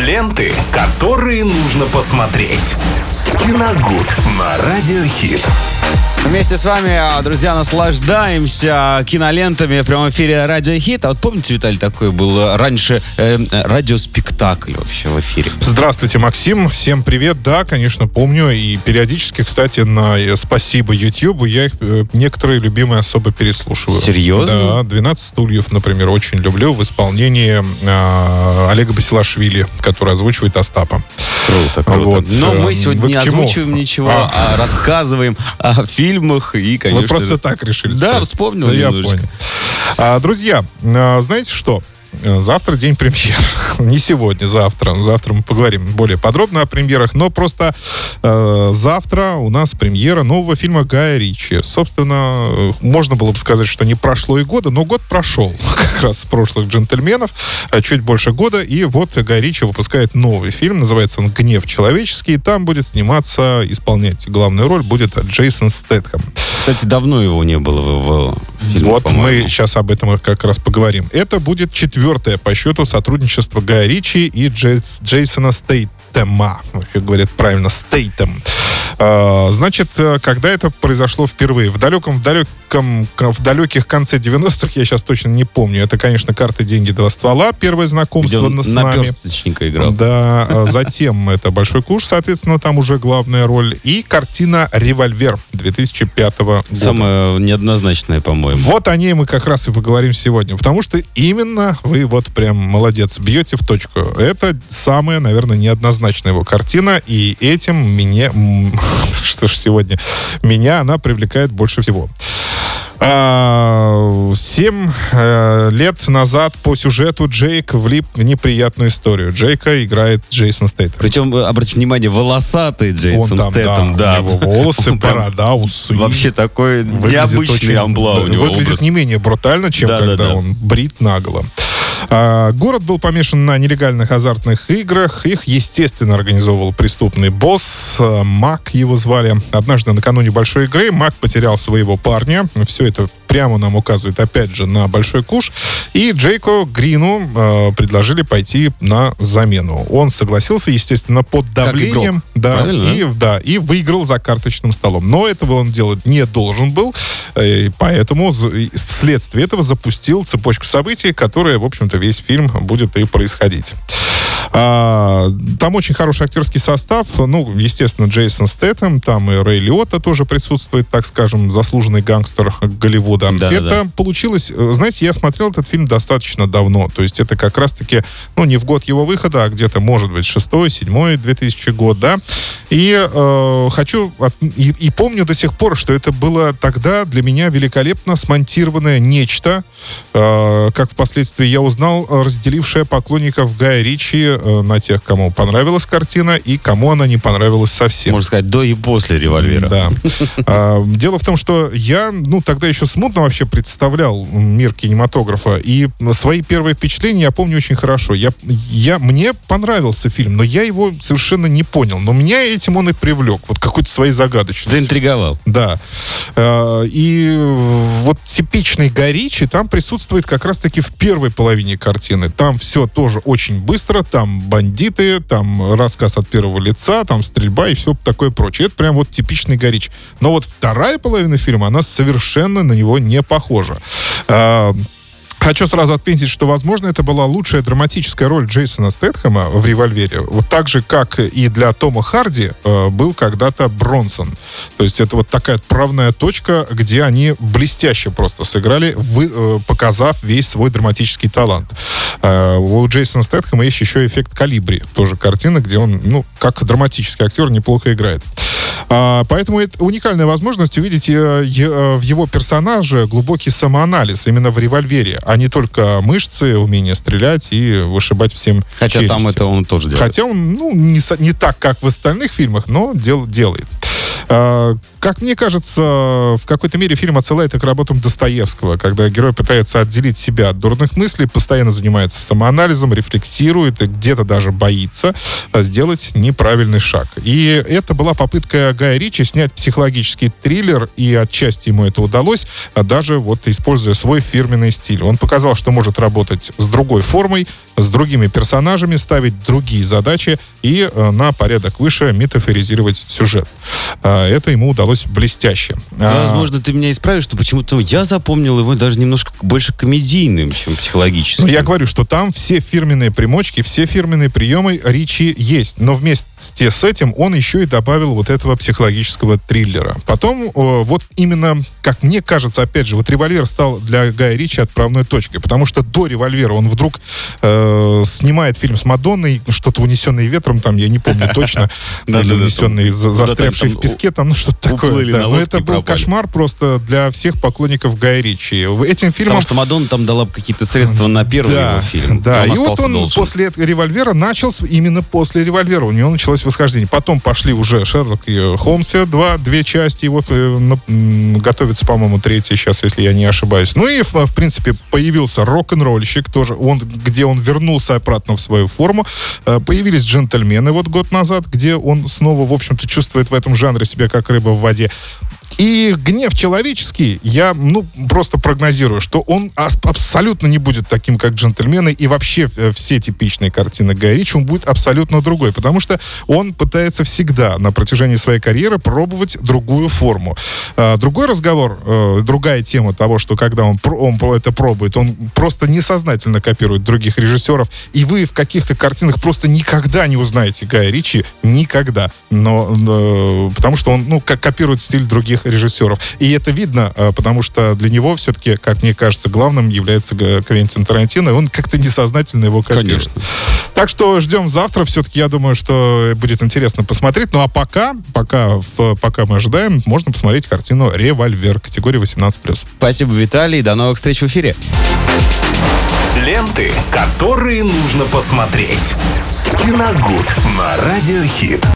Ленты, которые нужно посмотреть. Киногуд на Радиохит. Вместе с вами, друзья, наслаждаемся кинолентами в прямом эфире Радио Хит. А вот помните, Виталий, такой был раньше радиоспектакль вообще в эфире? Здравствуйте, Максим. Всем привет. Да, конечно, помню. И периодически, кстати, на спасибо YouTube я их некоторые любимые особо переслушиваю. Серьезно? Да, «12 стульев», например, очень люблю в исполнении Олега Басилашвили, который озвучивает Остапа. Круто. Вот. Но мы сегодня не озвучиваем ничего, а рассказываем о фильмах и, конечно... Вы просто так решили. Да, вспомнил да, я немножечко. понял. Друзья, знаете что? Завтра день премьер. Не сегодня, завтра. Завтра мы поговорим более подробно о премьерах. Но просто завтра у нас премьера нового фильма Гая Ричи. Собственно, можно было бы сказать, что не прошло и года, но год прошел как раз с прошлых «Джентльменов». Чуть больше года. И вот Гай Ричи выпускает новый фильм. Называется он «Гнев человеческий». И там будет сниматься, исполнять главную роль будет Джейсон Стэтхэм. Кстати, давно его не было в фильме, вот по-моему. мы сейчас об этом как раз поговорим. Это будет 4-е по счету сотрудничество Гая Ричи и Джейсона Стейтема. Вообще говорят правильно, Стейтем. Значит, когда это произошло впервые? В далеких конце 90-х, я сейчас точно не помню. Это, конечно, «Карты, деньги, два ствола». Первое знакомство Где он с нами. наперсточника играл. Да, затем это «Большой куш», соответственно, там уже главная роль. И картина «Револьвер» 2005 года. Самая неоднозначная, по-моему. Вот о ней мы как раз и поговорим сегодня. Потому что именно вы вот прям молодец, бьете в точку. Это самая, наверное, неоднозначная его картина. И этим что ж сегодня, меня она привлекает больше всего. 7 лет назад по сюжету Джейк влип в неприятную историю. Джейка играет Джейсон Стейтем. Причем, обратите внимание, волосатый Джейсон Стейтем. Да, у него волосы, борода, усы. Вообще такой необычный амплуа у него. Выглядит не менее брутально, чем когда он брит наголо. Город был помешан на нелегальных азартных играх. Их, естественно, организовывал преступный босс. Мак его звали. Однажды накануне большой игры Мак потерял своего парня. Все это прямо нам указывает, опять же, на «Большой куш». И Джейку Грину предложили пойти на замену. Он согласился, естественно, под давлением. И выиграл за карточным столом. Но этого он делать не должен был. И поэтому вследствие этого запустил цепочку событий, которая, в общем-то, весь фильм будет и происходить. Там очень хороший актерский состав. Ну, естественно, Джейсон Стэтхэм, там и Рэй Лиотта тоже присутствует, так скажем, заслуженный гангстер Голливуда. Получилось... Знаете, я смотрел этот фильм достаточно давно. То есть это как раз-таки, не в год его выхода, а где-то, может быть, 6-й, 7-й 2000 год, да. И помню до сих пор, что это было тогда для меня великолепно смонтированное нечто, как впоследствии я узнал, разделившее поклонников Гая Ричи на тех, кому понравилась картина и кому она не понравилась совсем. Можно сказать, до и после «Револьвера». Да. Дело в том, что я, тогда еще смутно вообще представлял мир кинематографа, и свои первые впечатления я помню очень хорошо. Мне понравился фильм, но я его совершенно не понял. Но меня этим он и привлек, вот какой-то своей загадочностью. Заинтриговал. Да. И вот типичный Гай Ричи там присутствует как раз-таки в первой половине картины. Там все тоже очень быстро, там бандиты, там рассказ от первого лица, там стрельба и все такое прочее. Это прям вот типичный Гай Ричи. Но вот вторая половина фильма, она совершенно на него не похожа. Хочу сразу отметить, что, возможно, это была лучшая драматическая роль Джейсона Стэтхэма в «Револьвере». Вот так же, как и для Тома Харди был когда-то Бронсон. То есть это вот такая отправная точка, где они блестяще просто сыграли, показав весь свой драматический талант. У Джейсона Стэтхэма есть еще эффект «Колибри». Тоже картина, где он, как драматический актер, неплохо играет. Поэтому это уникальная возможность увидеть в его персонаже глубокий самоанализ именно в «Револьвере», а не только мышцы, умение стрелять и вышибать всем Хотя челюсти. Там это он тоже делает. Хотя он не так, как в остальных фильмах, но делает. как мне кажется, в какой-то мере фильм отсылает к работам Достоевского, когда герой пытается отделить себя от дурных мыслей, постоянно занимается самоанализом, рефлексирует и где-то даже боится сделать неправильный шаг. И это была попытка Гая Ричи снять психологический триллер, и отчасти ему это удалось, даже вот используя свой фирменный стиль. Он показал, что может работать с другой формой, с другими персонажами, ставить другие задачи и на порядок выше метафоризировать сюжет. Это ему удалось блестяще. Возможно, ты меня исправишь, что почему-то я запомнил его даже немножко больше комедийным, чем психологическим. Я говорю, что там все фирменные примочки, все фирменные приемы Ричи есть, но вместе с этим он еще и добавил вот этого психологического триллера. Потом, вот именно, как мне кажется, опять же, вот «Револьвер» стал для Гая Ричи отправной точкой, потому что до «Револьвера» он вдруг снимает фильм с Мадонной, что-то «Унесенные ветром», там, я не помню точно, или «Унесенные», застрявшие в песке, там, ну, что-то такое. Но это был кошмар просто для всех поклонников Гая Ричи. Этим фильмом... Потому что Мадонна там дала какие-то средства на первый его фильм. Да, и вот он после «Револьвера» начал, именно после «Револьвера» у него началось восхождение. Потом пошли уже «Шерлок» и «Холмсе», две части, и вот готовится, по-моему, третья сейчас, если я не ошибаюсь. Ну и, в принципе, появился «Рок-н-ролльщик», тоже где он вернулся обратно в свою форму. Появились «Джентльмены» вот год назад, где он снова, в общем-то, чувствует в этом жанре себя как рыба в воде. И «Гнев человеческий», я, просто прогнозирую, что он абсолютно не будет таким, как «Джентльмены», и вообще все типичные картины Гая Ричи, он будет абсолютно другой, потому что он пытается всегда на протяжении своей карьеры пробовать другую форму. Другой разговор, другая тема того, что когда он это пробует, он просто несознательно копирует других режиссеров, и вы в каких-то картинах просто никогда не узнаете Гая Ричи, никогда. Но потому что он, копирует стиль других режиссеров. И это видно, потому что для него все-таки, как мне кажется, главным является Квентин Тарантино, и он как-то несознательно его копирует. Конечно. Так что ждем завтра. Все-таки я думаю, что будет интересно посмотреть. Ну а пока мы ожидаем, можно посмотреть картину «Револьвер» категории 18+. Спасибо, Виталий. До новых встреч в эфире. Ленты, которые нужно посмотреть. Киногуд на Радио Хит.